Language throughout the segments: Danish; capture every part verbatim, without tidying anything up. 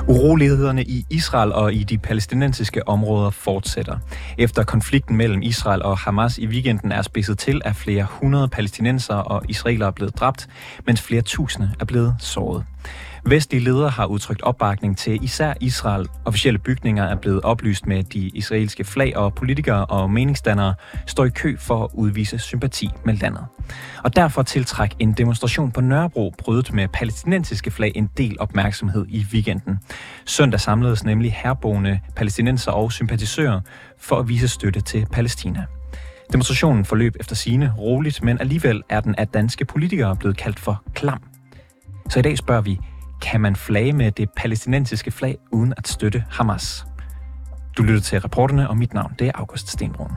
Urolighederne i Israel og i de palæstinensiske områder fortsætter. Efter konflikten mellem Israel og Hamas i weekenden er spidset til, at flere hundrede palæstinensere og israelere er blevet dræbt, mens flere tusinde er blevet såret. Vestlige ledere har udtrykt opbakning til især Israel. Officielle bygninger er blevet oplyst med de israelske flag, og politikere og meningsdannere står i kø for at udvise sympati med landet. Og derfor tiltræk en demonstration på Nørrebro prydet med palæstinensiske flag en del opmærksomhed i weekenden. Søndag samledes nemlig herboende palæstinenser og sympatisører for at vise støtte til Palæstina. Demonstrationen forløb efter sigende roligt, men alligevel er den af danske politikere blevet kaldt for klam. Så i dag spørger vi, kan man flage med det palæstinensiske flag uden at støtte Hamas? Du lytter til Reporterne, og mit navn det er August Stenbrun.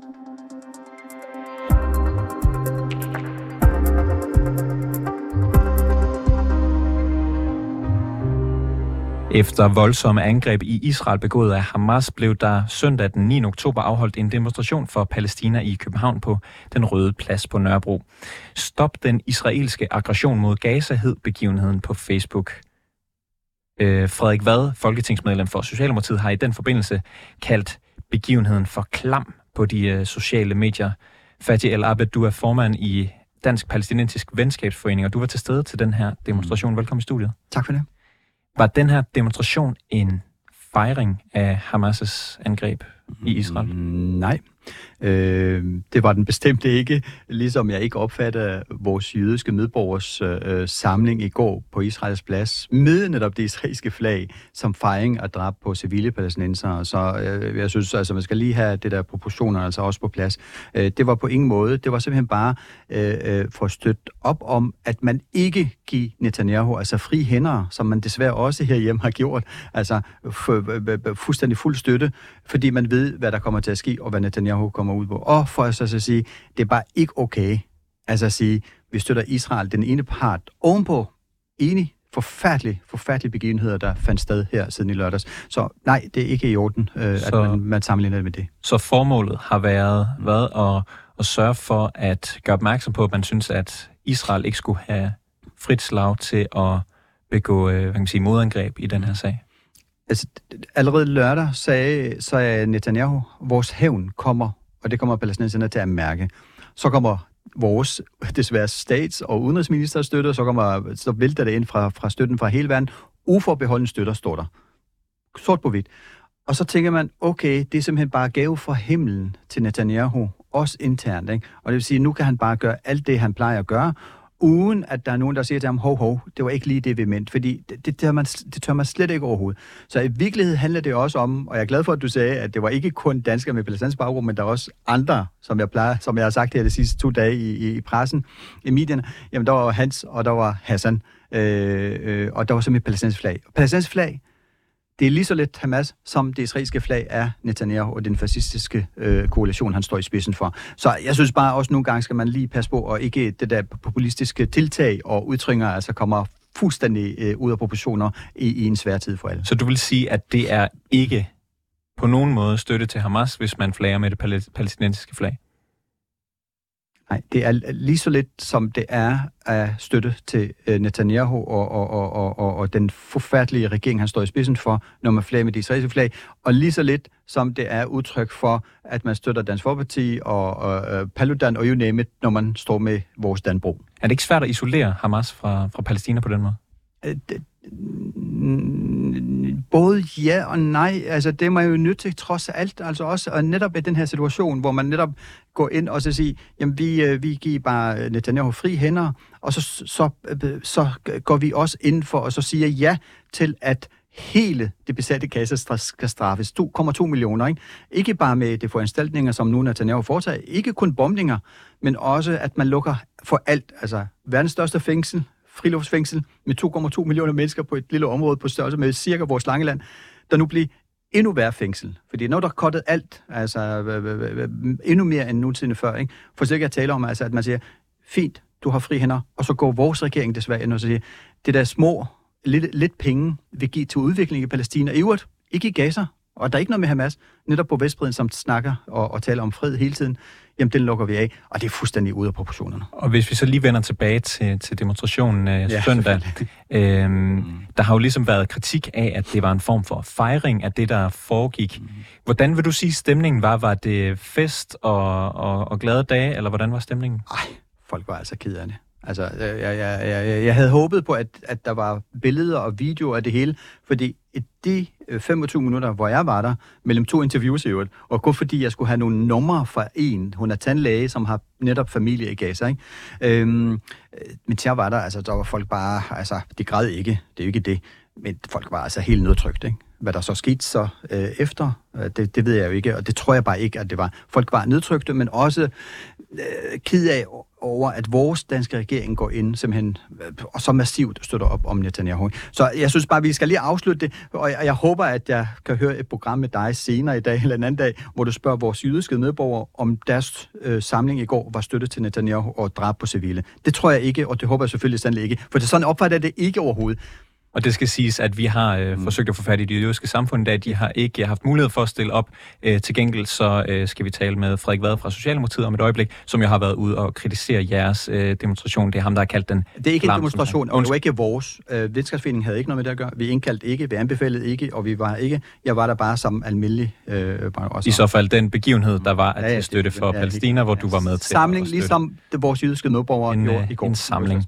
Efter voldsomme angreb i Israel begået af Hamas, blev der søndag den niende oktober afholdt en demonstration for Palæstina i København på Den Røde Plads på Nørrebro. Stop den israelske aggression mod Gaza hed begivenheden på Facebook. Øh, Frederik Vad, folketingsmedlem for Socialdemokratiet, har i den forbindelse kaldt begivenheden for klam på de øh, sociale medier. Fatih El Abed, du er formand i Dansk Palæstinensisk Venskabsforening, og du var til stede til den her demonstration. Velkommen i studiet. Tak for det. Var den her demonstration en fejring af Hamas' angreb i Israel? Mm, nej, øh, det var den bestemt ikke. Ligesom jeg ikke opfatter vores jødiske medborgers øh, samling i går på Israels plads med netop det israelske flag som fejring af drab på civile palæstinensere. Så øh, jeg synes, altså man skal lige have det der proportioner altså også på plads. Øh, det var på ingen måde. Det var simpelthen bare øh, for at støtte op om, at man ikke giver Netanyahu altså fri hænder, som man desværre også herhjemme har gjort. Altså fu- fuldstændig fuld støtte, fordi man ved, hvad der kommer til at ske, og hvad Netanyahu kommer ud på. Og for os at sige, det er bare ikke okay, altså at sige, vi støtter Israel, den ene part, ovenpå enig, forfærdelig, forfærdelige begivenheder, der fandt sted her siden i lørdags. Så nej, det er ikke i orden, øh, så, at man, man sammenligner det med det. Så formålet har været, været at, at sørge for at gøre opmærksom på, at man synes, at Israel ikke skulle have frit slag til at begå hvad kan man sige, modangreb i den her sag? Altså, allerede lørdag sagde, sagde Netanyahu, vores hævn kommer, og det kommer palæstinenserne til at mærke. Så kommer vores, desværre, stats- og udenrigsminister støtter, så, kommer, så vælter det ind fra, fra støtten fra hele verden. Uforbeholden støtter står der. Sort på hvidt. Og så tænker man, okay, det er simpelthen bare gave fra himlen til Netanyahu, også internt. Ikke? Og det vil sige, nu kan han bare gøre alt det, han plejer at gøre, uden at der er nogen, der siger til ham, hov, hov, det var ikke lige det, vi mente, fordi det, det, tør man, det tør man slet ikke overhovedet. Så i virkeligheden handler det også om, og jeg er glad for, at du sagde, at det var ikke kun danskere med palæstinensisk baggrund, men der er også andre, som jeg plejer, som jeg har sagt her de sidste to dage i, i, i pressen, i medierne. Jamen, der var Hans, og der var Hassan, øh, øh, og der var simpelthen palæstinensisk flag. Palæstinensisk flag, det er lige så lidt Hamas, som det israelske flag er Netanyahu og den fascistiske øh, koalition, han står i spidsen for. Så jeg synes bare også, nogle gange skal man lige passe på, og ikke det der populistiske tiltag og udtrykker altså kommer fuldstændig øh, ud af proportioner i, i en svær tid for alle. Så du vil sige, at det er ikke på nogen måde støtte til Hamas, hvis man flager med det palæ- palæstinensiske flag? Nej, det er lige så lidt, som det er af støtte til Netanyahu og, og, og, og, og den forfærdelige regering, han står i spidsen for, når man flager med det israelske flag, og lige så lidt, som det er udtryk for, at man støtter Dansk Folkeparti og, og uh, Paludan og you name it, når man står med vores Danbro. Er det ikke svært at isolere Hamas fra, fra Palæstina på den måde? Det, både ja og nej. Altså, det er man jo nødt til trods alt. Altså også, og netop i den her situation, hvor man netop går ind og så siger, jamen vi, vi giver bare Netanyahu fri hænder, og så, så, så går vi også ind for, og så siger ja til, at hele det besatte Gaza skal straffes. to komma to millioner, ikke? Ikke bare med de foranstaltninger, som nu Netanyahu foretager, ikke kun bombninger, men også, at man lukker for alt. Altså, verdens største fængsel, friluftsfængsel med to komma to millioner mennesker på et lille område på størrelse med cirka vores Langeland, der nu bliver endnu værre fængsel. Fordi når der er kottet alt, altså øh, øh, øh, endnu mere end nogensinde før, ikke? For så ikke at tale om, altså, at man siger, fint, du har fri hænder, og så går vores regering desværre ind og siger, det der små, lidt, lidt penge vil give til udvikling i Palæstina, i øvrigt, ikke i Gaza, og der er ikke noget med Hamas, netop på Vestbredden, som snakker og, og taler om fred hele tiden, jamen den lukker vi af, og det er fuldstændig ude af proportionerne. Og hvis vi så lige vender tilbage til, til demonstrationen øh, ja, søndag, øhm, mm. der har jo ligesom været kritik af, at det var en form for fejring af det, der foregik. Mm. Hvordan vil du sige, stemningen var? Var det fest og, og, og glade dage, eller hvordan var stemningen? Ej, folk var altså ked af det. Altså, jeg, jeg, jeg, jeg havde håbet på, at, at der var billeder og videoer af det hele, fordi de femogtyve minutter, hvor jeg var der, mellem to interviews i øvrigt, og kun fordi jeg skulle have nogle numre fra en, hun er tandlæge, som har netop familie i Gaza, ikke? Øhm, mens jeg var der, altså, der var folk bare, altså, de græd ikke, det er jo ikke det, men folk var altså helt nedtrykt, ikke? Hvad der så skete så øh, efter, øh, det, det ved jeg jo ikke, og det tror jeg bare ikke, at det var. Folk var nedtrykte, men også øh, ked af over, at vores danske regering går ind simpelthen øh, og så massivt støtter op om Netanyahu. Så jeg synes bare, vi skal lige afslutte det, og jeg, jeg håber, at jeg kan høre et program med dig senere i dag eller en anden dag, hvor du spørger vores jødiske medborgere, om deres øh, samling i går var støtte til Netanyahu og drab på civile. Det tror jeg ikke, og det håber jeg selvfølgelig sandelig ikke, for det sådan opfatter det ikke overhovedet. Og det skal siges, at vi har øh, forsøgt at få fat i det jødiske samfund i dag. De har ikke haft mulighed for at stille op. Øh, til gengæld så øh, skal vi tale med Frederik Vad fra Socialdemokratiet om et øjeblik, som jo har været ude og kritisere jeres øh, demonstration. Det er ham, der har kaldt den. Det er ikke en demonstration, og det var ikke vores. Øh, Videnskabsforeningen havde ikke noget med det at gøre. Vi indkaldte ikke, vi anbefalede ikke, og vi var ikke. Jeg var der bare som almindelig. Øh, bare også. I så fald den begivenhed, der var at ja, ja, støtte for ja, Palæstina, hvor ja, du var med til samling, at støtte. ligesom det, vores jødiske medborgere en, gjorde i går. En samling.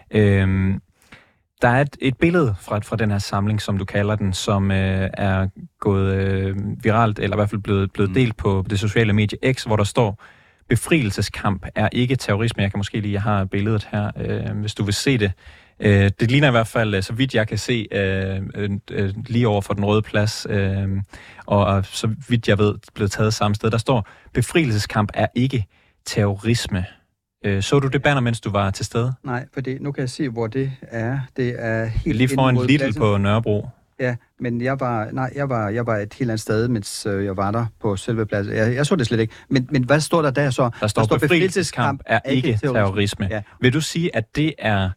Øhm, Der er et, et billede fra, fra den her samling, som du kalder den, som øh, er gået øh, viralt, eller i hvert fald blevet, blevet delt på det sociale medie X, hvor der står, befrielseskamp er ikke terrorisme. Jeg kan måske lige, jeg har billedet her, øh, hvis du vil se det. Øh, det ligner i hvert fald, så vidt jeg kan se, øh, øh, lige over for den røde plads, øh, og, og så vidt jeg ved, blevet taget samme sted. Der står, befrielseskamp er ikke terrorisme. Så du det banner, mens du var til stede? Nej, for det, nu kan jeg se, hvor det er. Det er helt lige foran Lidl på Nørrebro. Ja, men jeg var, nej, jeg var, jeg var et helt andet sted, mens øh, jeg var der på selve pladsen. Jeg, jeg så det slet ikke. Men, men hvad står der der så? Der står, der står befrielseskamp er ikke terrorisme. terrorisme. Ja. Vil du sige, at det er,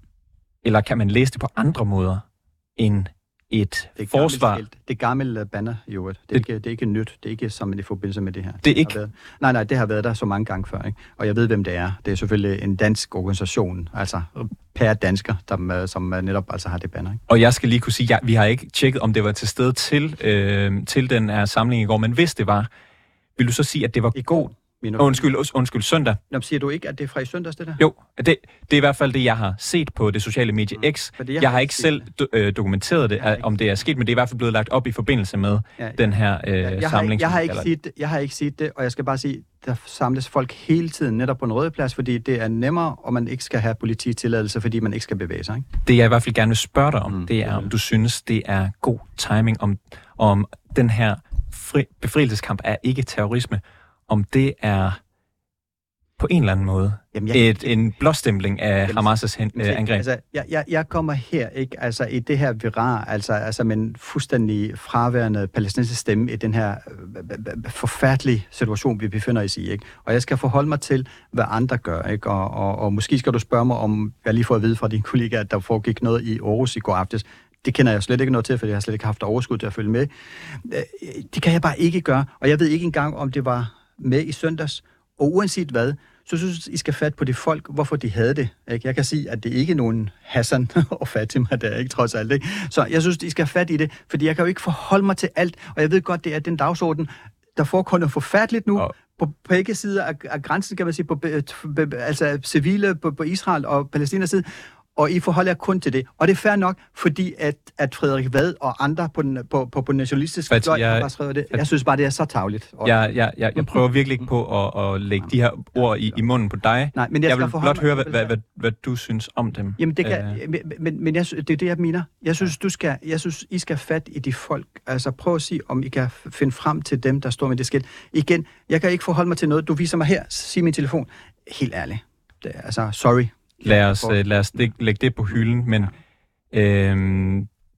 eller kan man læse det på andre måder end et det forsvar? Gammel, det gamle banner, jo. Det er, det, ikke, det er ikke nyt. Det er ikke som i forbindelse med det her. Det er ikke? Været, nej, nej, det har været der så mange gange før, ikke? Og jeg ved, hvem det er. Det er selvfølgelig en dansk organisation, altså per dansker, der, som netop altså har det banner, ikke? Og jeg skal lige kunne sige, at ja, vi har ikke tjekket, om det var til stede til, øh, til den her samling i går, men hvis det var, vil du så sige, at det var i god? Undskyld, undskyld, søndag. Nå, siger du ikke, at det er fra i søndags, det der? Jo, det, det er i hvert fald det, jeg har set på det sociale medie X. Mm, jeg, jeg har ikke selv do, øh, dokumenteret det, om det er sket, men det er i hvert fald blevet lagt op i forbindelse med ja, ja. den her øh, ja, jeg samling. Har, jeg, har ikke set det, jeg har ikke set det, og jeg skal bare sige, der samles folk hele tiden netop på en rød plads, fordi det er nemmere, og man ikke skal have polititilladelse, fordi man ikke skal bevæge sig. Ikke? Det jeg i hvert fald gerne vil spørge dig om, mm, det er, om du synes, det er god timing, om, om den her fri, befrielseskamp er ikke terrorisme, om det er på en eller anden måde Jamen, jeg, et, en blåstempling af Hamas' hen, øh, angreb. Altså, jeg, jeg, jeg kommer her ikke altså i det her virar, altså, altså med en fuldstændig fraværende palæstinensisk stemme i den her øh, forfærdelige situation, vi befinder os i, ikke? Og jeg skal forholde mig til, hvad andre gør, ikke? Og, og, og måske skal du spørge mig om, jeg lige får at vide fra dine kollegaer, at der foregik noget i Aarhus i går aftes. Det kender jeg slet ikke noget til, for jeg har slet ikke haft overskud til at følge med. Det kan jeg bare ikke gøre, og jeg ved ikke engang, om det var med i søndags. Og uanset hvad, så synes jeg, I skal fatte på de folk, hvorfor de havde det. Ikke? Jeg kan sige, at det ikke er nogen Hassan og Fatima, der er ikke trods alt. Ikke? Så jeg synes, I skal fatte i det, fordi jeg kan jo ikke forholde mig til alt. Og jeg ved godt, det er den dagsorden, der foregår noget forfærdeligt nu. Og på begge sider af, af grænsen, kan man sige, på, altså civile på, på Israel og Palæstinas side. Og I forholder jer kun til det. Og det er fair nok, fordi at, at Frederik Vad og andre på den på, på, på nationalistiske fløj har bare skrevet det. Jeg synes bare, det er så tarveligt. Jeg, jeg, jeg, jeg prøver virkelig ikke på at, at lægge de her ord i, i munden på dig. Nej, men jeg, jeg vil blot høre, hvad, hvad, hvad, hvad du synes om dem. Jamen, det kan, uh... men, men, men jeg, det er det, jeg mener. Jeg synes, du skal, jeg synes, I skal fat i de folk. Altså, prøv at sige, om I kan finde frem til dem, der står med det skilt. Igen, jeg kan ikke forholde mig til noget. Du viser mig her. Sig min telefon. Helt ærligt. Det, altså, sorry. Lad os, lad os lægge det på hylden, men øhm,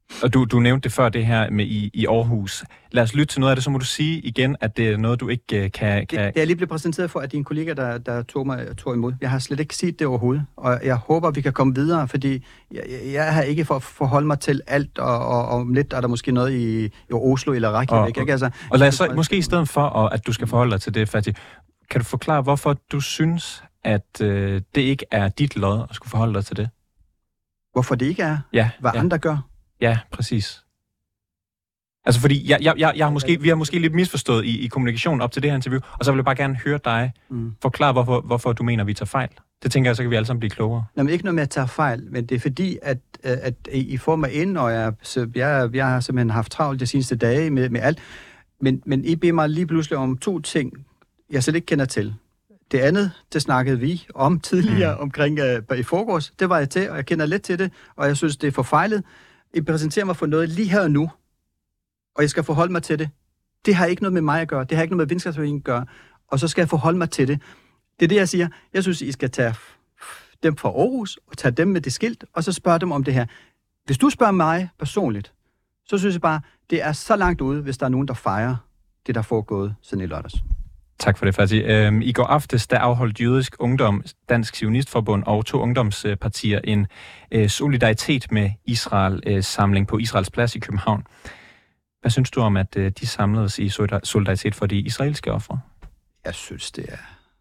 Og du, du nævnte det før, det her med i, i Aarhus. Lad os lytte til noget af det, så må du sige igen, at det er noget, du ikke uh, kan... kan... Det, det er lige blevet præsenteret for, at dine kollegaer, der, der tog mig tog imod. Jeg har slet ikke set det overhovedet, og jeg håber, vi kan komme videre, fordi jeg, jeg har ikke for forholdt mig til alt, og, og, og om lidt er der måske noget i, i Oslo eller Reykjavik. Og, og, altså, og lad os så, måske i stedet for, at du skal forholde dig til det, Fatih, kan du forklare, hvorfor du synes, at øh, det ikke er dit lod at skulle forholde dig til det? Hvorfor det ikke er? Ja, Hvad ja. andre gør? Ja, præcis. Altså fordi, jeg, jeg, jeg, jeg har måske, vi har måske lidt misforstået i, i kommunikationen op til det her interview, og så vil jeg bare gerne høre dig mm. forklare, hvorfor, hvorfor du mener, vi tager fejl. Det tænker jeg, så kan vi alle sammen blive klogere. Nå, men ikke noget med at tage fejl, men det er fordi, at, at I får mig ind, og jeg, så jeg, jeg har simpelthen haft travlt de seneste dage med, med alt, men, men I beder mig lige pludselig om to ting, jeg slet ikke kender til. Det andet, det snakkede vi om tidligere mm. omkring uh, i forgårs. Det var jeg til, og jeg kender lidt til det, og jeg synes, det er forfejlet. I præsenterer mig for noget lige her og nu, og jeg skal forholde mig til det. Det har ikke noget med mig at gøre. Det har ikke noget med videnskabsforeningen at gøre. Og så skal jeg forholde mig til det. Det er det, jeg siger. Jeg synes, I skal tage dem fra Aarhus, og tage dem med det skilt, og så spørge dem om det her. Hvis du spørger mig personligt, så synes jeg bare, det er så langt ude, hvis der er nogen, der fejrer det, der er foregået siden i lørdags. Tak for det, Fatih. Øhm, I går aftes, der afholdt Jødisk Ungdom, Dansk Zionistforbund og to ungdomspartier en øh, solidaritet med Israel-samling øh, på Israels Plads i København. Hvad synes du om, at øh, de samledes i solidaritet for de israelske ofre? Jeg synes, det er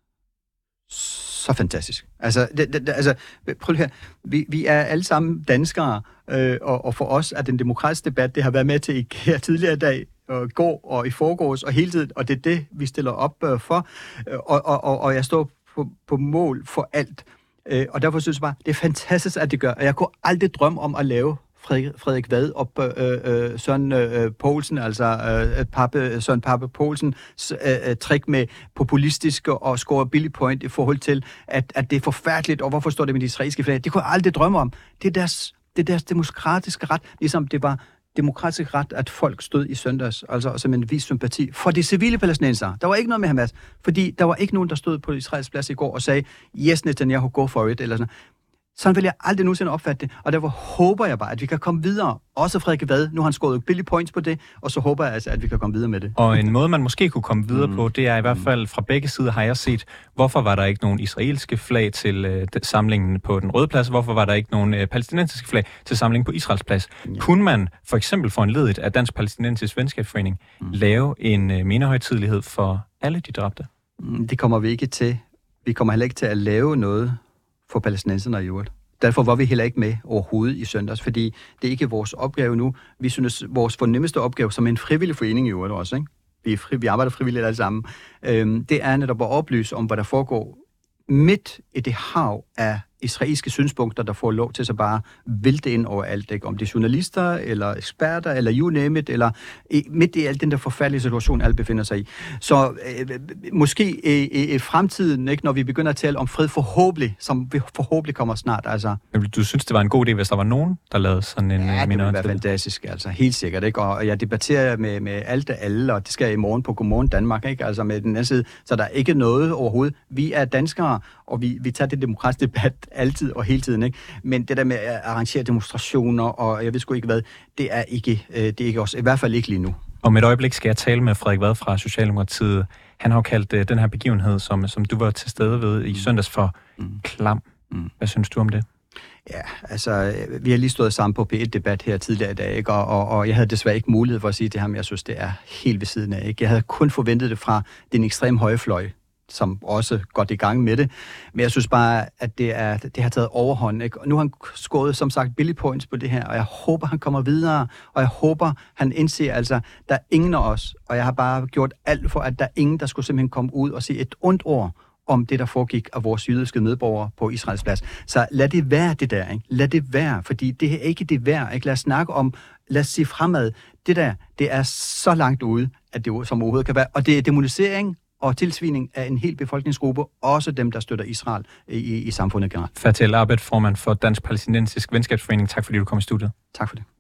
så fantastisk. Altså, det, det, altså prøv lige her. Vi, vi er alle sammen danskere, øh, og, og for os er den demokratiske debat, det har været med til her tidligere i dag, og går og i forgårs og hele tiden, og det er det, vi stiller op øh, for, og, og, og, og jeg står på, på mål for alt. Øh, og derfor synes jeg bare, det er fantastisk, at det gør, og jeg kunne aldrig drømme om at lave Frederik, Frederik Vad og øh, øh, Søren øh, Poulsen, altså øh, Pape, Søren Pape Poulsen, øh, trick med populistiske og score billig point i forhold til, at, at det er forfærdeligt, og hvorfor står det med de israelske flag? Det kunne jeg aldrig drømme om. Det er deres, det er deres demokratiske ret, ligesom det var demokratisk ret, at folk stod i søndags, altså som en vis sympati for de civile palæstinensere. Der var ikke noget med Hamas, fordi der var ikke nogen, der stod på Israels plads i går og sagde, yes, Netanyahu, go for it, eller sådan. Sådan vil jeg aldrig nogensinde opfatte det, og derfor håber jeg bare, at vi kan komme videre. Også Frederik Vad, nu har han skåret billige points på det, og så håber jeg altså, at vi kan komme videre med det. Og en måde, man måske kunne komme videre mm. på, det er i hvert fald fra begge sider har jeg set, hvorfor var der ikke nogen israelske flag til øh, samlingen på den Røde Plads, hvorfor var der ikke nogen øh, palæstinensiske flag til samlingen på Israels Plads. Ja. Kunne man for eksempel for en ledet af Dansk Palæstinensisk Venskabsforening mm. lave en øh, mindehøjtidelighed for alle de dræbte? Mm, det kommer vi ikke til. Vi kommer heller ikke til at lave noget for palæstinenserne i øvrigt. Derfor var vi heller ikke med overhovedet i søndags, fordi det er ikke vores opgave nu. Vi synes, vores fornemmeste opgave, som en frivillig forening i øvrigt også, ikke? Vi, er fri, vi arbejder frivilligt alle sammen, øhm, det er netop at oplyse om, hvad der foregår midt i det hav af israelske synspunkter, der får lov til så bare vælte ind over alt, ikke? Om det er journalister, eller eksperter, eller you name it, eller i, midt i alt den der forfærdelige situation, alle befinder sig i. Så øh, måske i, i, i fremtiden, ikke, når vi begynder at tale om fred forhåbentlig, som forhåbentlig kommer snart, altså. Du synes, det var en god idé, hvis der var nogen, der lavede sådan en... Ja, det ville være fantastisk, altså. Helt sikkert, ikke? Og jeg debatterer med, med alt og alle, og det skal jeg i morgen på Godmorgen Danmark, ikke? Altså med den anden side, så der er ikke noget overhovedet. Vi er danskere, og vi, vi tager det demokratiske debat altid og hele tiden, ikke? Men det der med at arrangere demonstrationer, og jeg ved sgu ikke hvad, det er ikke, det er ikke også, i hvert fald ikke lige nu. Om et øjeblik skal jeg tale med Frederik Vad fra Socialdemokratiet. Han har jo kaldt uh, den her begivenhed, som, som du var til stede ved i søndags, for mm. klam. Mm. Hvad synes du om det? Ja, altså, vi har lige stået sammen på P et-debat her tidligere i dag, ikke? Og, og, og jeg havde desværre ikke mulighed for at sige det her, men jeg synes, det er helt ved siden af, ikke? Jeg havde kun forventet det fra den ekstrem høje fløj, som også godt i gang med det. Men jeg synes bare, at det, er, det har taget overhånd, ikke? Og nu har han skåret, som sagt, billige points på det her, og jeg håber, han kommer videre, og jeg håber, han indser, altså, der er ingen af os, og jeg har bare gjort alt for, at der er ingen, der skulle simpelthen komme ud og sige et ondt ord om det, der foregik af vores jødiske medborgere på Israels Plads. Så lad det være det der, ikke? Lad det være, fordi det er ikke det værd, ikke? Lad os snakke om, lad os sige fremad, det der, det er så langt ude, at det som overhovedet kan være, og det er demonisering og tilsvining af en hel befolkningsgruppe, også dem, der støtter Israel i, i samfundet generelt. Fatih El-Abed, formand for Dansk Palæstinensisk Venskabsforening. Tak fordi du kom i studiet. Tak for det.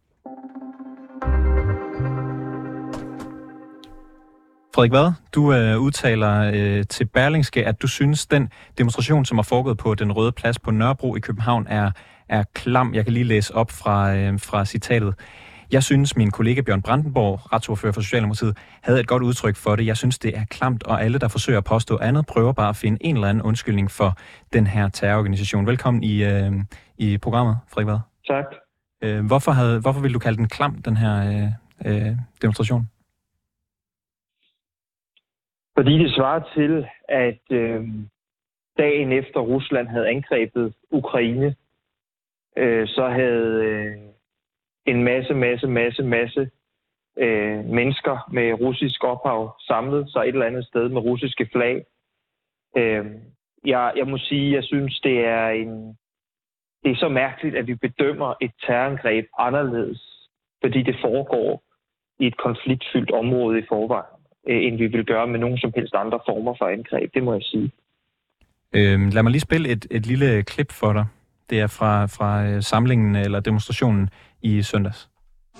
Frederik Vad, du øh, udtaler øh, til Berlingske, at du synes, den demonstration, som er foregået på Den Røde Plads på Nørrebro i København, er, er klam. Jeg kan lige læse op fra, øh, fra citatet. Jeg synes, min kollega Bjørn Brandenborg, retsordfører for Socialdemokratiet, havde et godt udtryk for det. Jeg synes, det er klamt, og alle, der forsøger at påstå andet, prøver bare at finde en eller anden undskyldning for den her terrororganisation. Velkommen i, øh, i programmet, Frederik Vad. Tak. Øh, hvorfor, havde, hvorfor ville du kalde den klam, den her øh, øh, demonstration? Fordi det svarer til, at øh, dagen efter Rusland havde angrebet Ukraine, øh, så havde øh, en masse, masse, masse, masse øh, mennesker med russisk ophav samlet sig et eller andet sted med russiske flag. Øh, jeg, jeg må sige, jeg synes, det er en det er så mærkeligt, at vi bedømmer et terrorangreb anderledes, fordi det foregår i et konfliktfyldt område i forvejen, end vi vil gøre med nogen som helst andre former for angreb. Det må jeg sige. Øhm, lad mig lige spille et, et lille klip for dig. Det er fra, fra øh, samlingen eller demonstrationen i søndags.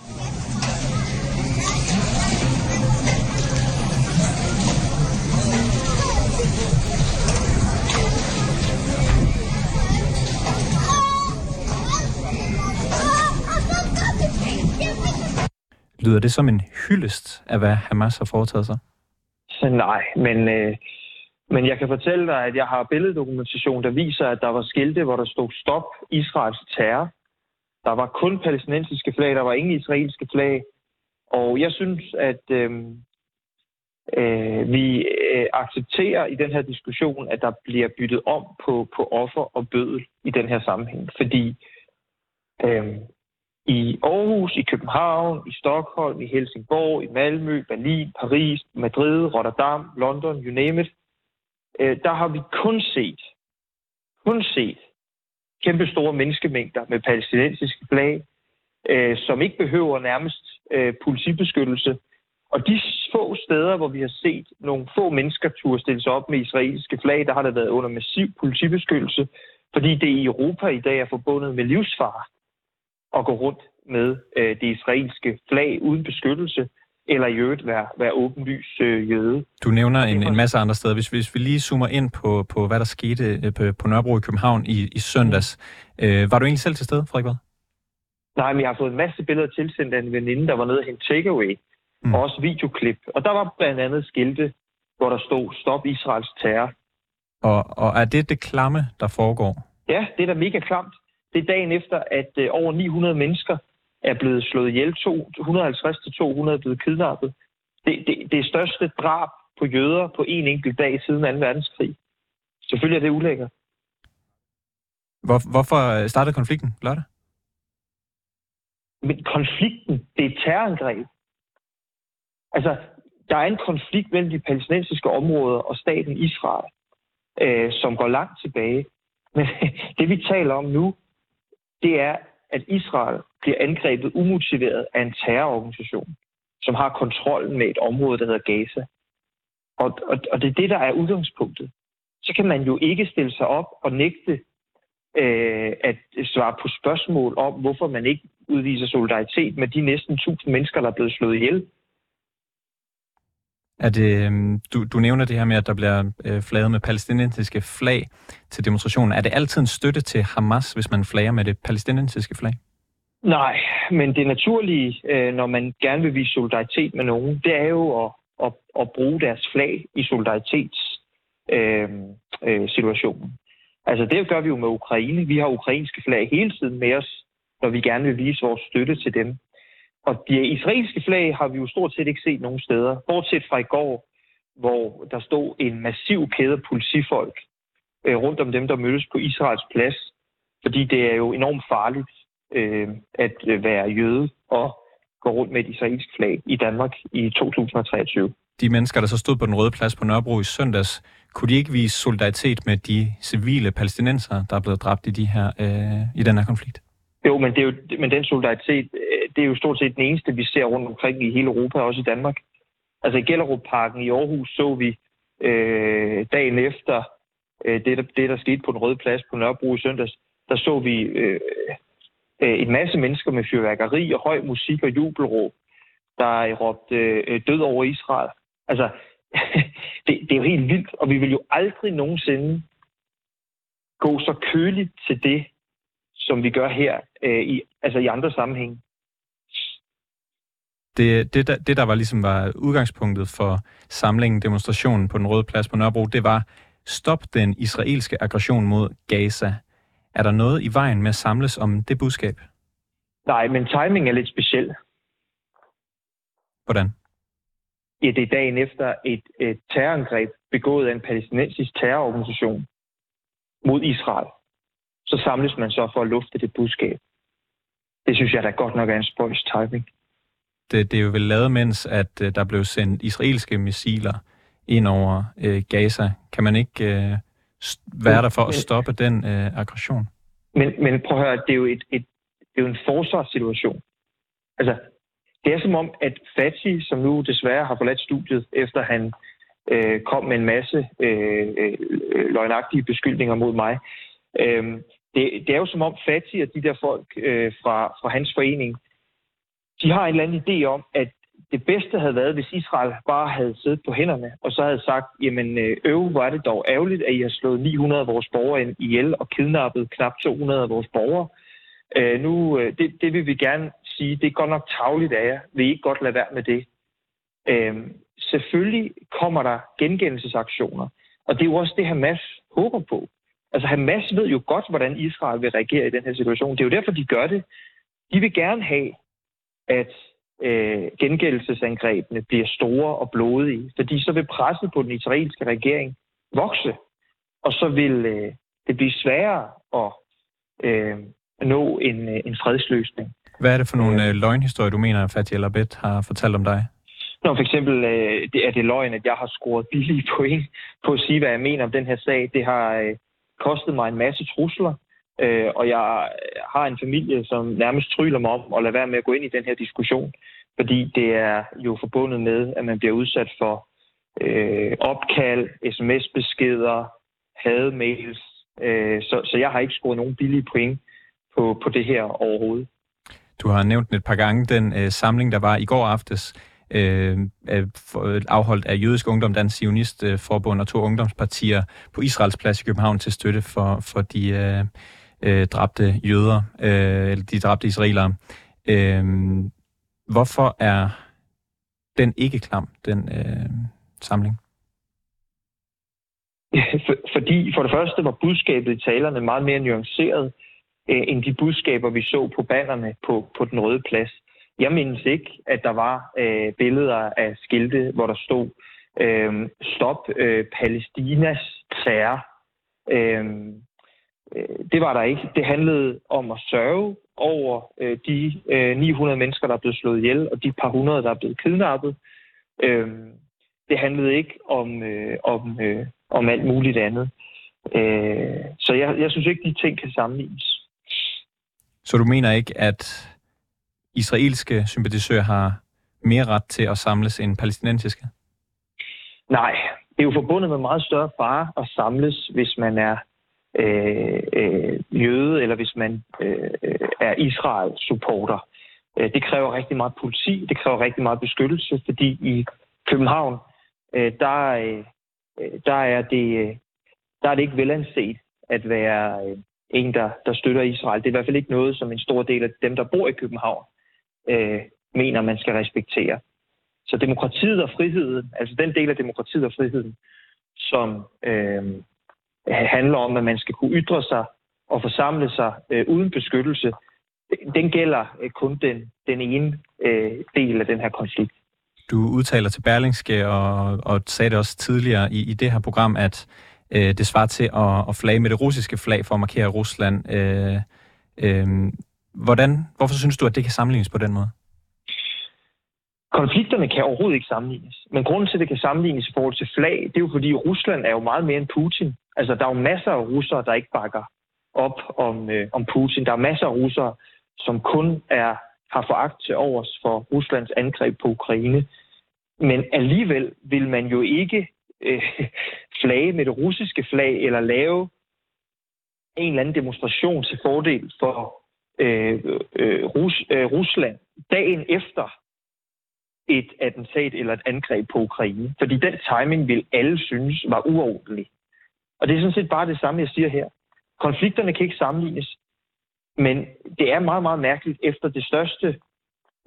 Lyder det som en hyldest af, hvad Hamas har foretaget sig? Nej, men, øh, men jeg kan fortælle dig, at jeg har billeddokumentation, der viser, at der var skilte, hvor der stod stop Israels terror. Der var kun palæstinensiske flag, der var ingen israelske flag. Og jeg synes, at øh, øh, vi øh, accepterer i den her diskussion, at der bliver byttet om på, på offer og bødel i den her sammenhæng. Fordi øh, i Aarhus, i København, i Stockholm, i Helsingborg, i Malmø, Berlin, Paris, Madrid, Rotterdam, London, you name it, øh, der har vi kun set, kun set kæmpe store menneskemængder med palæstinensiske flag, øh, som ikke behøver nærmest øh, politibeskyttelse. Og de få steder, hvor vi har set nogle få mennesker turde stille sig op med israelske flag, der har der været under massiv politibeskyttelse, fordi det i Europa i dag er forbundet med livsfare at gå rundt med øh, det israelske flag uden beskyttelse, eller i øvrigt være, være åbenlys øh, jøde. Du nævner en, en masse andre steder. Hvis, hvis vi lige zoomer ind på, på hvad der skete øh, på, på Nørrebro i København i, i søndags. Mm. Øh, var du egentlig selv til stede, Frederik Vad? Nej, men jeg har fået en masse billeder tilsendt af en veninde, der var nede og hente takeaway, mm. og også videoklip. Og der var blandt andet skilte, hvor der stod stop Israels terror. Og, og er det det klamme, der foregår? Ja, det er da mega klamt. Det er dagen efter, at øh, over ni hundrede mennesker er blevet slået ihjel. et hundrede og halvtreds til to hundrede er blevet kidnappet. Det, det, det er største drab på jøder på en enkelt dag siden anden verdenskrig. Selvfølgelig er det ulækkert. Hvor, hvorfor startede konflikten lørdag? Men konflikten, det er et terrorangreb. Altså, der er en konflikt mellem de palæstinensiske områder og staten Israel, øh, som går langt tilbage. Men det, vi taler om nu, det er, at Israel bliver angrebet umotiveret af en terrororganisation, som har kontrollen med et område, der hedder Gaza. Og, og, og det er det, der er udgangspunktet. Så kan man jo ikke stille sig op og nægte øh, at svare på spørgsmål om, hvorfor man ikke udviser solidaritet med de næsten tusind mennesker, der er blevet slået ihjel. Er det, du, du nævner det her med, at der bliver øh, flaget med palæstinensiske flag til demonstrationen. Er det altid en støtte til Hamas, hvis man flager med det palæstinensiske flag? Nej, men det naturlige, øh, når man gerne vil vise solidaritet med nogen, det er jo at, at, at bruge deres flag i solidaritetssituationen. Øh, øh, situationen. Altså det gør vi jo med Ukraine. Vi har ukrainske flag hele tiden med os, når vi gerne vil vise vores støtte til dem. Og de israelske flag har vi jo stort set ikke set nogen steder. Bortset fra i går, hvor der stod en massiv kæde af politifolk øh, rundt om dem, der mødtes på Israels plads. Fordi det er jo enormt farligt øh, at være jøde og gå rundt med et israelsk flag i Danmark i to tusind og treogtyve. De mennesker, der så stod på den røde plads på Nørrebro i søndags, kunne de ikke vise solidaritet med de civile palæstinensere, der er blevet dræbt i, de her, øh, i den her konflikt? Jo, men, det er jo, men den solidaritet, det er jo stort set den eneste, vi ser rundt omkring i hele Europa, også i Danmark. Altså i Gellerupparken i Aarhus så vi øh, dagen efter øh, det, der, det, der skete på den røde plads på Nørrebro i søndags, der så vi øh, øh, en masse mennesker med fyrværkeri og høj musik og jubelråb, der råbte øh, død over Israel. Altså, det, det er jo helt vildt, og vi vil jo aldrig nogensinde gå så køligt til det, som vi gør her, øh, i, altså i andre sammenhæng. Det, det, der, det, der var ligesom var udgangspunktet for samlingen, demonstrationen på Den Røde Plads på Nørrebro, det var stop den israelske aggression mod Gaza. Er der noget i vejen med at samles om det budskab? Nej, men timing er lidt speciel. Hvordan? Ja, det er dagen efter et, et terrorangreb begået af en palæstinensisk terrororganisation mod Israel. Så samles man så for at lufte det budskab. Det synes jeg da godt nok er en spøjs timing. Det, det er jo vel lavet, mens at uh, der blev sendt israelske missiler ind over uh, Gaza. Kan man ikke uh, være der for at stoppe den uh, aggression? Men, men prøv at høre, det er jo, et, et, det er jo en forsvarssituation. Altså, det er som om, at Fatih, som nu desværre har forladt studiet, efter han øh, kom med en masse øh, øh, løgnagtige beskyldninger mod mig, øh, det, det er jo som om Fatih og de der folk øh, fra, fra hans forening, de har en eller anden idé om, at det bedste havde været, hvis Israel bare havde siddet på hænderne, og så havde sagt, jamen øv, hvor er det dog ærgerligt, at I har slået ni hundrede af vores borgere ihjel og kidnappet knap to hundrede af vores borgere. Øh, nu, det, det vil vi gerne sige, det er godt nok tarveligt af jer. Vil I ikke godt lade være med det? Øh, selvfølgelig kommer der gengældelsesaktioner, og det er jo også det, Hamas håber på. Altså Hamas ved jo godt, hvordan Israel vil reagere i den her situation. Det er jo derfor, de gør det. De vil gerne have, at øh, gengældelsesangrebene bliver store og blodige, fordi så vil presset på den israelske regering vokse, og så vil øh, det blive sværere at øh, nå en, en fredsløsning. Hvad er det for nogle øh, løgnhistorier, du mener, at Fatih El-Abed har fortalt om dig? Nå, for eksempel øh, det er det løgn, at jeg har scoret billige point på at sige, hvad jeg mener om den her sag. Det har øh, kostet mig en masse trusler, øh, og jeg har en familie, som nærmest tryller mig om at lade være med at gå ind i den her diskussion, fordi det er jo forbundet med, at man bliver udsat for øh, opkald, sms-beskeder, hademails, øh, så, så jeg har ikke scoret nogen billige point på, på det her overhovedet. Du har nævnt et par gange den øh, samling, der var i går aftes, øh, afholdt af Jødisk Ungdom, Dansk Zionist øh, Forbund og to ungdomspartier på Israels Plads i København til støtte for, for de øh, øh, dræbte jøder, øh, eller de dræbte israelere. Øh, hvorfor er den ikke klam, den øh, samling? For, fordi for det første var budskabet i talerne meget mere nuanceret øh, end de budskaber, vi så på bannerne på, på Den Røde Plads. Jeg mindes ikke, at der var øh, billeder af skilte, hvor der stod øh, stop øh, Palæstinas terror. Øh, det var der ikke. Det handlede om at sørge over øh, de øh, ni hundrede mennesker, der er blevet slået ihjel, og de par hundrede, der er blevet kidnappet. Øh, det handlede ikke om, øh, om, øh, om alt muligt andet. Øh, så jeg, jeg synes ikke, de ting kan sammenlignes. Så du mener ikke, at israelske sympatisører har mere ret til at samles end palæstinensiske? Nej, det er jo forbundet med meget større fare at samles, hvis man er øh, øh, jøde, eller hvis man øh, er Israel-supporter. Det kræver rigtig meget politi, det kræver rigtig meget beskyttelse, fordi i København, øh, der, øh, der, er det, der er det ikke velanset at være øh, en, der, der støtter Israel. Det er i hvert fald ikke noget, som en stor del af dem, der bor i København, øh, mener, man skal respektere. Så demokratiet og friheden, altså den del af demokratiet og friheden, som øh, handler om, at man skal kunne ytre sig og forsamle sig øh, uden beskyttelse, den gælder øh, kun den, den ene øh, del af den her konflikt. Du udtaler til Berlingske og, og sagde det også tidligere i, i det her program, at øh, det svarer til at, at flage med det russiske flag for at markere Rusland. Øh, øh, hvordan, hvorfor synes du, at det kan sammenlignes på den måde? Konflikterne kan overhovedet ikke sammenlignes. Men grunden til, at det kan sammenlignes i forhold til flag, det er jo fordi Rusland er jo meget mere end Putin. Altså, der er jo masser af russere, der ikke bakker op om, øh, om Putin. Der er masser af russere, som kun er, har foragt til overs for Ruslands angreb på Ukraine. Men alligevel vil man jo ikke øh, flage med det russiske flag eller lave en eller anden demonstration til fordel for øh, øh, Rus, øh, Rusland dagen efter et attentat eller et angreb på Ukraine. Fordi den timing vil alle synes var uordentlig. Og det er sådan set bare det samme, jeg siger her. Konflikterne kan ikke sammenlignes, men det er meget, meget mærkeligt efter det største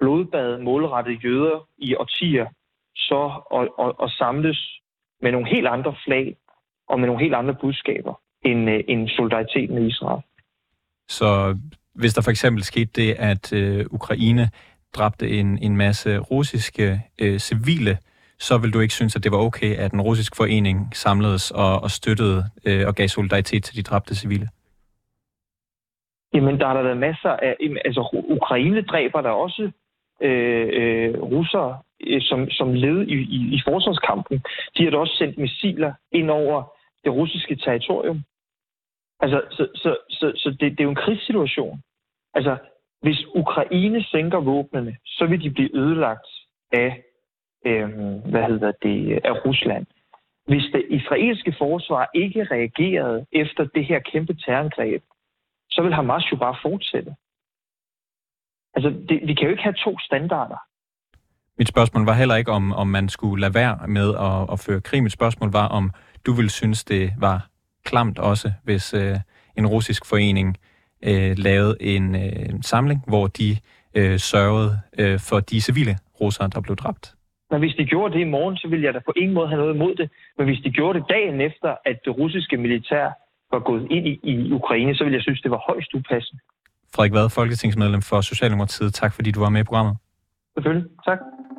blodbad målrettet jøder i årtier, så og, og, og samles med nogle helt andre flag og med nogle helt andre budskaber end, end solidaritet med Israel. Så hvis der for eksempel skete det, at øh, Ukraine dræbte en, en masse russiske øh, civile, så vil du ikke synes, at det var okay, at en russisk forening samledes og, og støttede øh, og gav solidaritet til de dræbte civile? Jamen, der har der været masser af... Altså, Ukraine dræber der også øh, øh, russere, øh, som, som led i, i, i forsvarskampen. De har da også sendt missiler ind over det russiske territorium. Altså, så, så, så, så det, det er jo en krigssituation. Altså, hvis Ukraine sænker våbnene, så vil de blive ødelagt af, øh, hvad hedder det, af Rusland. Hvis det israelske forsvar ikke reagerede efter det her kæmpe terrorangreb, så vil Hamas jo bare fortsætte. Altså, det, vi kan jo ikke have to standarder. Mit spørgsmål var heller ikke, om, om man skulle lade være med at, at føre krig. Mit spørgsmål var, om du ville synes, det var klamt også, hvis øh, en russisk forening øh, lavede en, øh, en samling, hvor de øh, sørgede øh, for de civile russere, der blev dræbt. Men hvis de gjorde det i morgen, så ville jeg da på ingen måde have noget imod det. Men hvis de gjorde det dagen efter, at det russiske militær var gået ind i, i Ukraine, så ville jeg synes, det var højst upassende. Frederik Vad, folketingsmedlem for Socialdemokratiet. Tak fordi du var med i programmet. Selvfølgelig. Tak.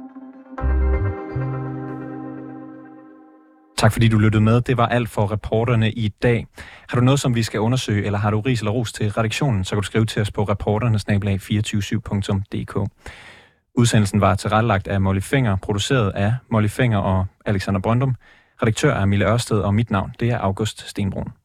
Tak fordi du lyttede med. Det var alt for reporterne i dag. Har du noget, som vi skal undersøge, eller har du ris eller ros til redaktionen, så kan du skrive til os på reporterne snabel-a to fire syv punktum d k. Udsendelsen var tilrettelagt af Molly Fenger, produceret af Molly Fenger og Alexander Brøndum. Redaktør er Mille Ørsted, og mit navn det er August Stenbrun.